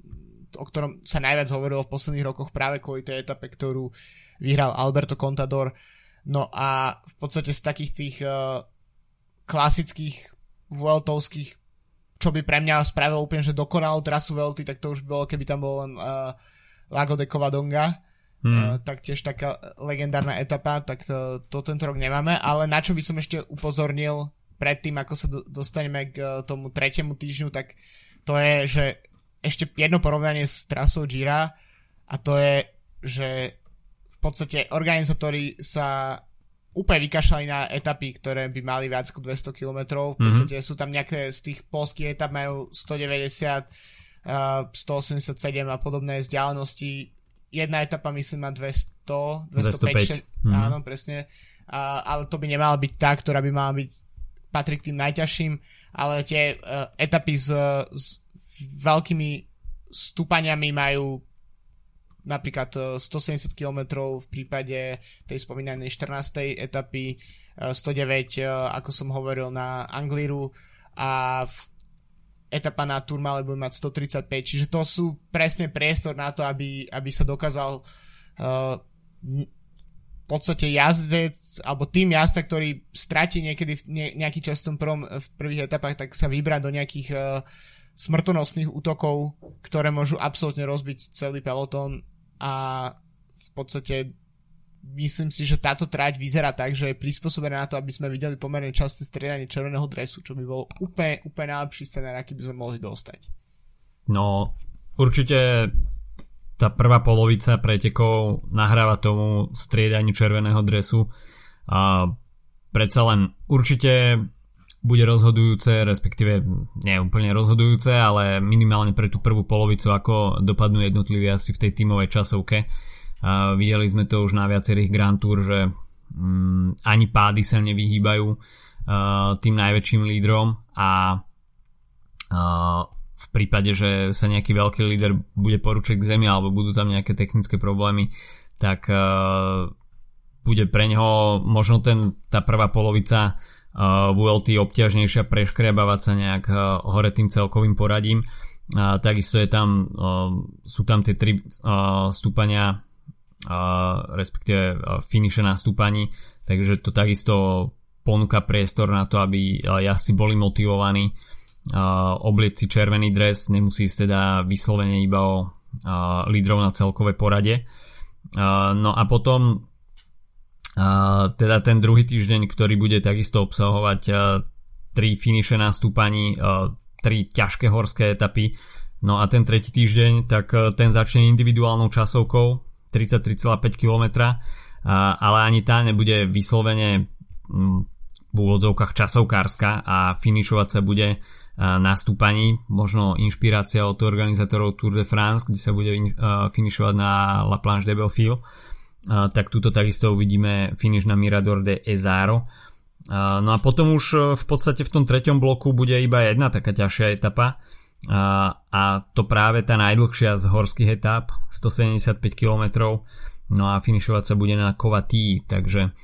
o ktorom sa najviac hovorilo v posledných rokoch práve kvôli tej etape, ktorú vyhral Alberto Contador. No a v podstate z takých tých uh, klasických Vueltovských, čo by pre mňa spravilo úplne, že dokonalú trasu Vuelty, tak to už bolo, keby tam bol len uh, Lago de Covadonga, hmm. uh, tak tiež taká legendárna etapa, tak to, to tento rok nemáme, ale na čo by som ešte upozornil predtým, ako sa do, dostaneme k uh, tomu tretiemu týždňu, tak to je, že ešte jedno porovnanie s trasou Gira a to je, že v podstate organizátori sa úplne vykašľali na etapy, ktoré by mali viac ako dvesto kilometrov. V podstate mm-hmm. sú tam nejaké z tých polských etap majú stodeväťdesiat, uh, stoosemdesiatsedem a podobné vzdialenosti. Jedna etapa myslím má dvesto, dvestopäť, mm-hmm. áno, presne. Uh, ale to by nemala byť tá, ktorá by mala byť patrí k tým najťažším, ale tie uh, etapy s, s veľkými stúpaniami majú napríklad stosedemdesiat kilometrov v prípade tej spomínanej štrnástej etapy, stodeväť, ako som hovoril, na Angliru a v etapa na Tourmalet bude mať stotridsaťpäť, čiže to sú presne priestor na to, aby, aby sa dokázal uh, podstate jazdec alebo tým jazdca, ktorý stratí niekedy ne, nejaký čas v, prvom, v prvých etapách, tak sa vybrá do nejakých uh, smrtonosných útokov, ktoré môžu absolútne rozbiť celý pelotón a v podstate myslím si, že táto trať vyzerá tak, že je prispôsobená na to, aby sme videli pomerne časté striedanie červeného dresu, čo by bol úplne, úplne najlepší scenár, aký by sme mohli dostať. No, určite tá prvá polovica pretekov nahráva tomu striedaniu červeného dresu a predsa len určite bude rozhodujúce, respektíve nie úplne rozhodujúce, ale minimálne pre tú prvú polovicu, ako dopadnú jednotliví asi v tej tímovej časovke. A videli sme to už na viacerých Grand Tour, že um, ani pády sa nevyhýbajú uh, tým najväčším lídrom a uh, v prípade, že sa nejaký veľký líder bude porúčať k zemi alebo budú tam nejaké technické problémy, tak uh, bude pre neho možno ten, tá prvá polovica uh, vé el té obťažnejšia, preškriabávať sa nejak uh, hore tým celkovým poradím. Uh, takisto je tam, uh, sú tam tie tri uh, stúpania, uh, respektíve uh, finiše na stúpaní, takže to takisto ponúka priestor na to, aby uh, jazdci boli motivovaní Uh, obliec si červený dres, nemusí ísť teda vyslovene iba o uh, lídrov na celkovej porade. Uh, no a potom uh, teda ten druhý týždeň, ktorý bude takisto obsahovať uh, tri finiše na stúpaní, uh, tri ťažké horské etapy. No a ten tretí týždeň, tak uh, ten začne individuálnou časovkou tridsaťtri celá päť kilometra, uh, ale ani tá nebude vyslovene um, v úvodzovkách časovkárska a finišovať sa bude na stúpaní, možno inšpirácia od organizátorov Tour de France, kde sa bude finišovať na La Planche de Belfil, tak tuto takisto uvidíme finiš na Mirador de Ezaro. No a potom už v podstate v tom treťom bloku bude iba jedna taká ťažšia etapa a to práve tá najdlhšia z horských etap, stosedemdesiatpäť kilometrov, no a finišovať sa bude na Covatí, takže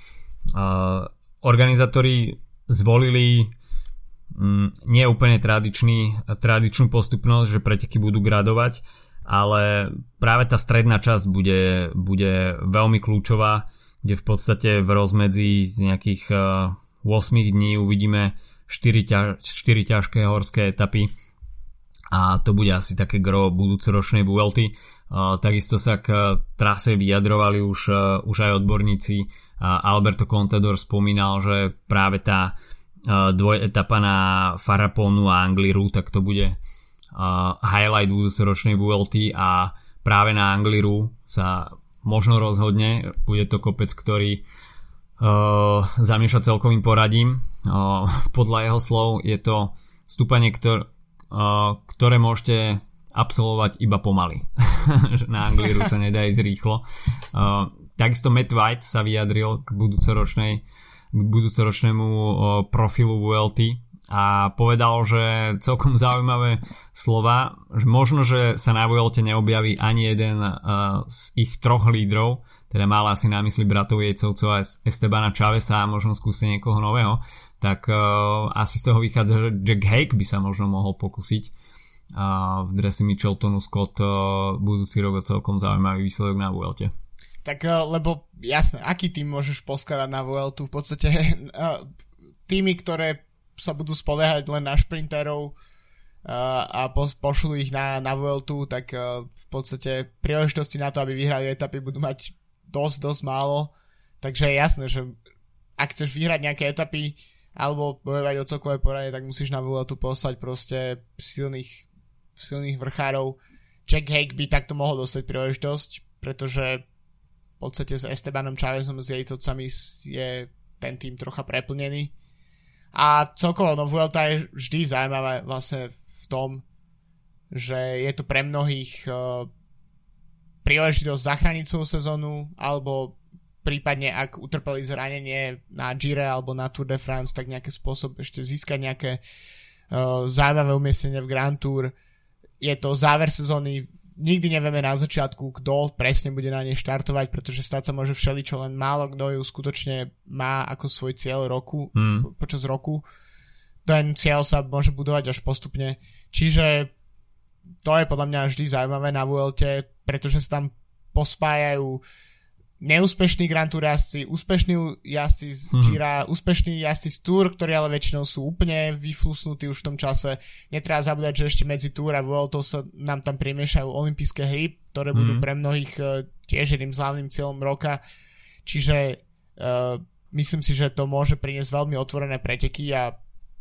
organizátori zvolili nie je úplne tradičný, tradičnú postupnosť, že preteky budú gradovať, ale práve tá stredná časť bude, bude veľmi kľúčová, kde v podstate v rozmedzi nejakých osem dní uvidíme štyri, ťaž, štyri ťažké horské etapy a to bude asi také gro budúcoročnej vé el té. Takisto sa k trase vyjadrovali už, už aj odborníci. Alberto Contador spomínal, že práve tá dvojetapa na Faraponu a Angliru, tak to bude uh, highlight budúcoročnej vé el té a práve na Angliru sa možno rozhodne, bude to kopec, ktorý uh, zamieša celkovým poradím. Uh, podľa jeho slov je to stúpanie, ktor, uh, ktoré môžete absolvovať iba pomaly. Na Angliru sa nedá ísť rýchlo. Uh, takisto Matt White sa vyjadril k budúcoročnej k budúcoročnému profilu vé el té a povedal, že celkom zaujímavé slova, že možno, že sa na vé el té neobjaví ani jeden z ich troch lídrov, teda mal asi na mysli bratov Jejcovcov a Estebana Chavesa a možno skúsi niekoho nového, tak asi z toho vychádza, že Jack Haig by sa možno mohol pokúsiť v drese Micheltonu Scott budúci rok celkom zaujímavý výsledok na vé el té. Tak lebo jasné, aký tým môžeš poskladať na vé el té? V podstate týmy, ktoré sa budú spoliehať len na šprinterov a pošlú ich na, na vé el té, tak v podstate príležitosti na to, aby vyhrali etapy, budú mať dosť, dosť málo. Takže je jasné, že ak chceš vyhrať nejaké etapy alebo bojovať o celkové poradie, tak musíš na vé el té poslať proste silných, silných vrchárov. Jack Haig by takto mohol dostať príležitosť, pretože v podstate s Estebanom Chavezom s Jejcovcami je ten tým trocha preplnený. A celkovo no Vuelta je vždy zaujímavé vlastne v tom, že je to pre mnohých uh, príležitosť zachrániť svoju sezónu, alebo prípadne ak utrpeli zranenie na Gire alebo na Tour de France, tak nejaký spôsob ešte získať nejaké uh, zaujímavé umiestnenie v Grand Tour. Je to záver sezóny, nikdy nevieme na začiatku, kto presne bude na nej štartovať, pretože stať sa môže všeličo, len málo kto ju skutočne má ako svoj cieľ roku, mm. počas roku. Ten cieľ sa môže budovať až postupne. Čiže to je podľa mňa vždy zaujímavé na vé el té, pretože sa tam pospájajú neúspešní Grand Tour jazdci, úspešní jazdci z Gira, hmm. úspešní jazdci z Tour, ktorí ale väčšinou sú úplne vyflusnutí už v tom čase. Netreba zabúdať, že ešte medzi Tour a Vueltou sa nám tam primiešajú olympijské hry, ktoré hmm. budú pre mnohých uh, tiež jedným z hlavným cieľom roka. Čiže uh, myslím si, že to môže priniesť veľmi otvorené preteky a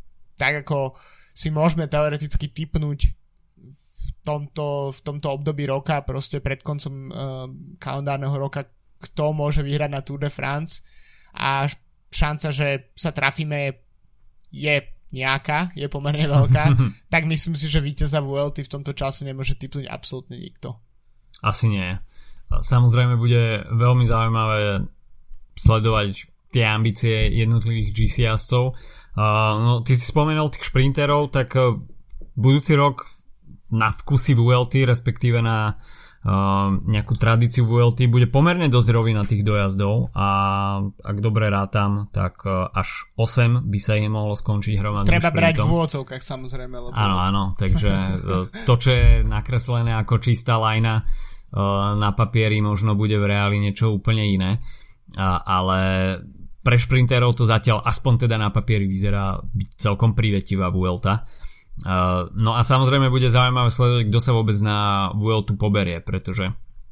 tak ako si môžeme teoreticky tipnúť v tomto, v tomto období roka, proste pred koncom uh, kalendárneho roka, kto môže vyhrať na Tour de France a šanca, že sa trafíme je nejaká, je pomerne veľká, tak myslím si, že víťaza Vuelty v tomto čase nemôže tipnúť absolútne nikto. Asi nie. Samozrejme bude veľmi zaujímavé sledovať tie ambície jednotlivých gé cé jazdcov. Uh, no, ty si spomenul tých šprinterov, tak uh, budúci rok na vkusy Vuelty, respektíve na Uh, nejakú tradíciu Vuelty bude pomerne dosť rovina tých dojazdov a ak dobre rátam, tak uh, až osem by sa im mohlo skončiť hromadným Treba šprintom. brať v úvodzovkách samozrejme. Lebo... Áno, áno, takže uh, to, čo je nakreslené ako čistá lajna uh, na papieri, možno bude v reáli niečo úplne iné, uh, ale pre šprinterov to zatiaľ aspoň teda na papieri vyzerá byť celkom privetivá Vuelta. Uh, no a samozrejme bude zaujímavé sledovať, kto sa vôbec na Vueltu poberie, pretože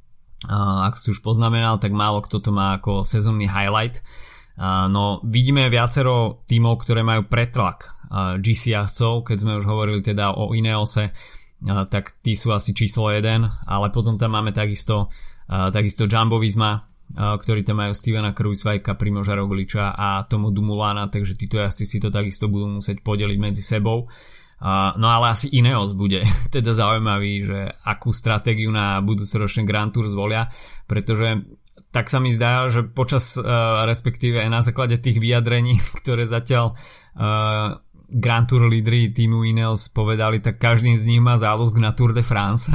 uh, ako si už poznamenal, tak málo kto to má ako sezónny highlight. Uh, no vidíme viacero tímov, ktoré majú pretlak uh, gé cé jazdcov, keď sme už hovorili teda o Ineose, uh, tak tí sú asi číslo jeden, ale potom tam máme takisto uh, takisto Jumbo Visma, uh, ktorí tam majú Stevena Kruijswijka, Primoža Rogliča a Tomu Dumouliena, takže títo jazdci si to takisto budú musieť podeliť medzi sebou. Uh, no ale asi Ineos bude teda zaujímavý, že akú stratégiu na budúcoročný Grand Tour zvolia, pretože tak sa mi zdá, že počas uh, respektíve na základe tých vyjadrení, ktoré zatiaľ uh, Grand Tour lídri týmu Ineos povedali, tak každý z nich má záľusk na Tour de France.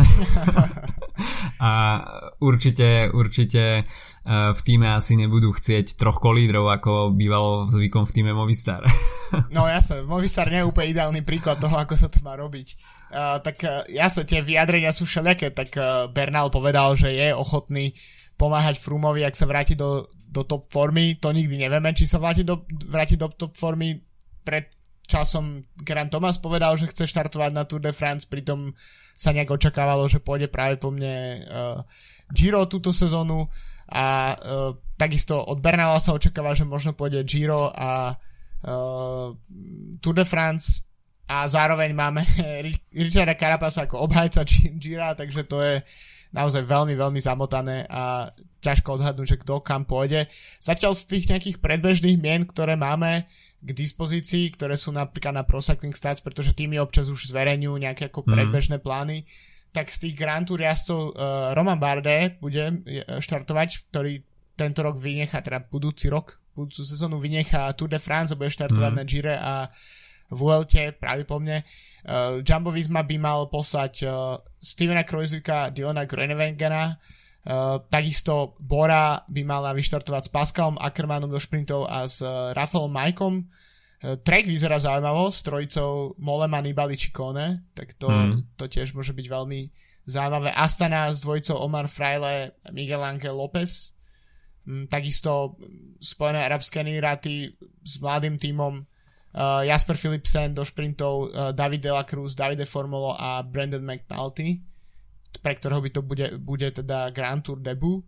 A určite určite uh, v týme asi nebudú chcieť troch kolídrov, ako bývalo zvykom v týme Movistar. No jasne, Movistar nie je úplne ideálny príklad toho, ako sa to má robiť. Uh, tak uh, jasne, tie vyjadrenia sú všelijaké, tak uh, Bernal povedal, že je ochotný pomáhať Froomovi, ak sa vráti do, do top formy. To nikdy nevieme, či sa vráti do, vráti do top formy. Pred časom Grant Thomas povedal, že chce štartovať na Tour de France, pritom sa nejak očakávalo, že pôjde práve po mne uh, Giro túto sezónu a uh, takisto od Bernala sa očakáva, že možno pôjde Giro a uh, Tour de France a zároveň máme Richarda Carapasa ako obhajca Gira, takže to je naozaj veľmi, veľmi zamotané a ťažko odhadnúť, že kto kam pôjde. Zatiaľ z tých nejakých predbežných mien, ktoré máme k dispozícii, ktoré sú napríklad na Pro Cycling Stats, pretože týmy občas už zverejňujú nejaké ako predbežné plány, tak z tých Grand Tour jazdcov uh, Romain Bardet bude štartovať, ktorý tento rok vynechá, teda budúci rok, budúcu sezónu vynechá Tour de France a bude štartovať mm. na Gire a Vuelte pravdepodobne. Uh, Jumbo Visma by mal poslať uh, Stevena Kruijswijka, Dylana Groenewegena, uh, takisto Bora by mala vyštartovať s Pascalom Ackermannom do šprintov a s uh, Rafaelom Majkom. Uh, Trek vyzerá zaujímavo s trojicou Mollema, Nibali, Ciccone, tak to, mm. to tiež môže byť veľmi zaujímavé. Astana s dvojicou Omar Fraile, Miguel Ángel López, um, takisto Spojené arabské emiráty s mladým tímom Uh, Jasper Philipsen do šprintov, uh, David de la Cruz, Davide Formolo a Brandon McNulty, pre ktorého by to bude, bude teda Grand Tour debut.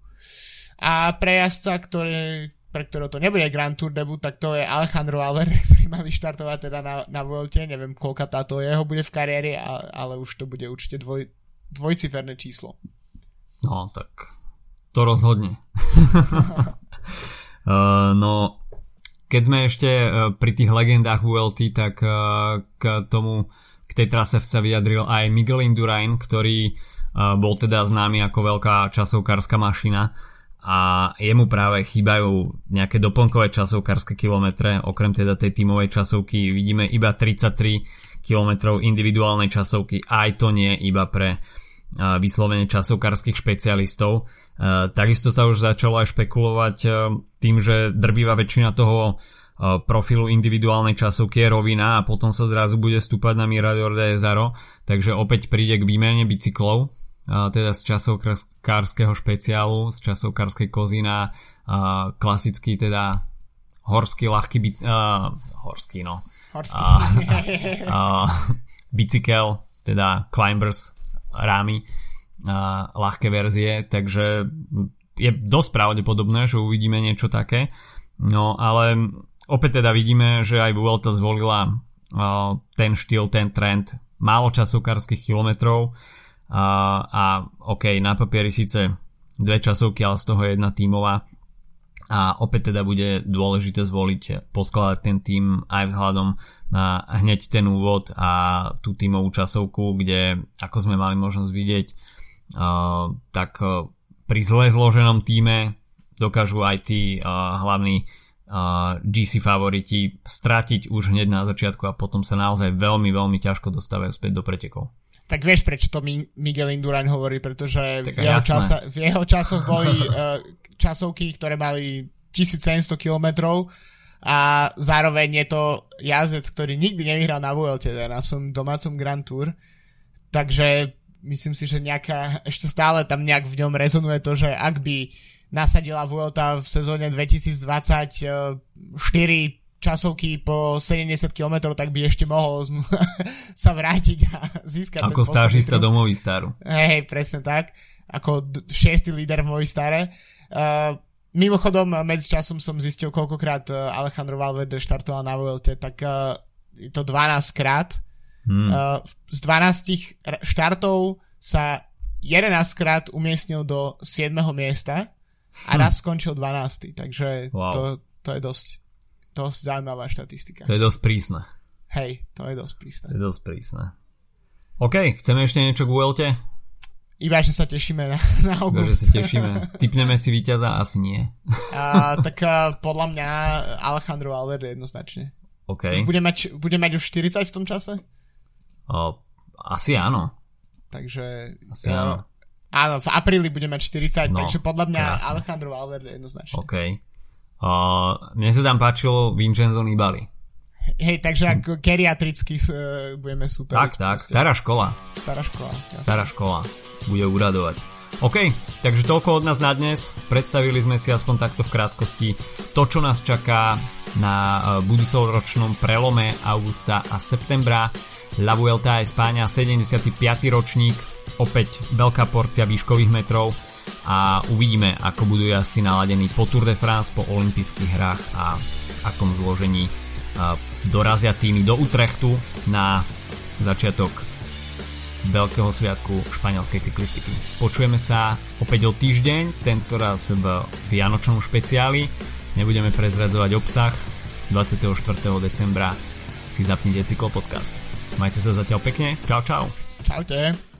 A pre jazdca, ktoré, pre ktorého to nebude Grand Tour debut, tak to je Alejandro Valverde, ktorý má vyštartovať teda na, na Vuelte. Neviem, koľka táto jeho bude v kariére, ale už to bude určite dvoj, dvojciferné číslo. No, tak to rozhodne. uh, no Keď sme ešte pri tých legendách Vuelty, tak k tomu, k tej trase sa vyjadril aj Miguel Indurain, ktorý bol teda známy ako veľká časovkárska mašina a jemu práve chýbajú nejaké doplnkové časovkárske kilometre, okrem teda tej tímovej časovky vidíme iba tridsaťtri kilometrov individuálnej časovky, aj to nie iba pre vyslovene časovkárskych špecialistov. Takisto sa už začalo aj špekulovať tým, že drvivá väčšina toho profilu individuálnej časovky je rovina a potom sa zrazu bude stúpať na Mirador de Ezaro, takže opäť príde k výmene bicyklov teda z časovkárskeho špeciálu, z časovkárskej kozy na uh, klasický teda horský, ľahký byt, uh, horský, no. Horský. Uh, uh, bicykel, teda climbers rámy, uh, ľahké verzie, takže je dosť pravdepodobné, že uvidíme niečo také. No, ale opäť teda vidíme, že aj Vuelta zvolila uh, ten štýl, ten trend, málo časovkárskych kilometrov, a, a ok, na papieri síce dve časovky, ale z toho je jedna tímová a opäť teda bude dôležité zvoliť, poskladať ten tím aj vzhľadom na hneď ten úvod a tú tímovú časovku, kde ako sme mali možnosť vidieť, uh, tak uh, pri zle zloženom tíme dokážu aj tí uh, hlavní uh, gé cé favoriti stratiť už hneď na začiatku a potom sa naozaj veľmi, veľmi ťažko dostávajú späť do pretekov. Tak vieš, prečo to Miguel Indurain hovorí, pretože v jeho, časa, v jeho časoch boli uh, časovky, ktoré mali tisícsedemsto kilometrov a zároveň je to jazdec, ktorý nikdy nevyhral na Vuelte, na svojom domácom Grand Tour, takže myslím si, že nejaká, ešte stále tam nejak v ňom rezonuje to, že ak by nasadila Vuelta v sezóne dvetisícdvadsaťštyri časovky po sedemdesiat kilometrov, tak by ešte mohol sa vrátiť a získať ako stážista do Movistaru. Hej, presne tak. Ako d- šiestý líder v Movistare. Uh, mimochodom, medzi časom som zistil, koľkokrát uh, Alejandro Valverde štartoval na Vuelte, tak uh, je to dvanásť krát. Hmm. Uh, z dvanástich štartov sa jedenásť krát umiestnil do siedmeho miesta a raz hm. skončil dvanásty. Takže wow. to, to je dosť dosť zaujímavá štatistika. To je dosť prísne. Hej, to je dosť prísne. To je dosť prísne. OK, chceme ešte niečo k Vuelte? Iba, že sa tešíme na, na august. Iba, že sa tešíme. Tipneme si víťaza? Asi nie. Uh, tak uh, podľa mňa Alejandro Valverde jednoznačne. OK. Už bude mať, bude mať už štyridsať v tom čase? Uh, asi áno. Takže... Asi uh, áno. Áno, v apríli bude mať štyridsať, no, takže podľa mňa krásne. Alejandro Valverde jednoznačne. OK. Uh, mne sa tam páčilo Vincenzo Nibali. Hej, takže ako geriatricky uh, budeme súperiť. Tak, tak, proste. stará škola. Stará škola. Jasne. Stará škola. Bude uradovať. OK, takže toľko od nás na dnes. Predstavili sme si aspoň takto v krátkosti to, čo nás čaká na uh, budúcoročnom prelome augusta a septembra. La Vuelta a España, sedemdesiaty piaty ročník. Opäť veľká porcia výškových metrov. A uvidíme, ako budú asi naladení po Tour de France, po olympijských hrách a akom zložení uh, dorazia týmy do Utrechtu na začiatok veľkého sviatku španielskej cyklistiky. Počujeme sa opäť o týždeň, tentoraz v vianočnom špeciáli. Nebudeme prezradzovať obsah. dvadsiateho štvrtého decembra si zapnite Cyklopodcast. Majte sa zatiaľ pekne. Čau, čau. Čaute.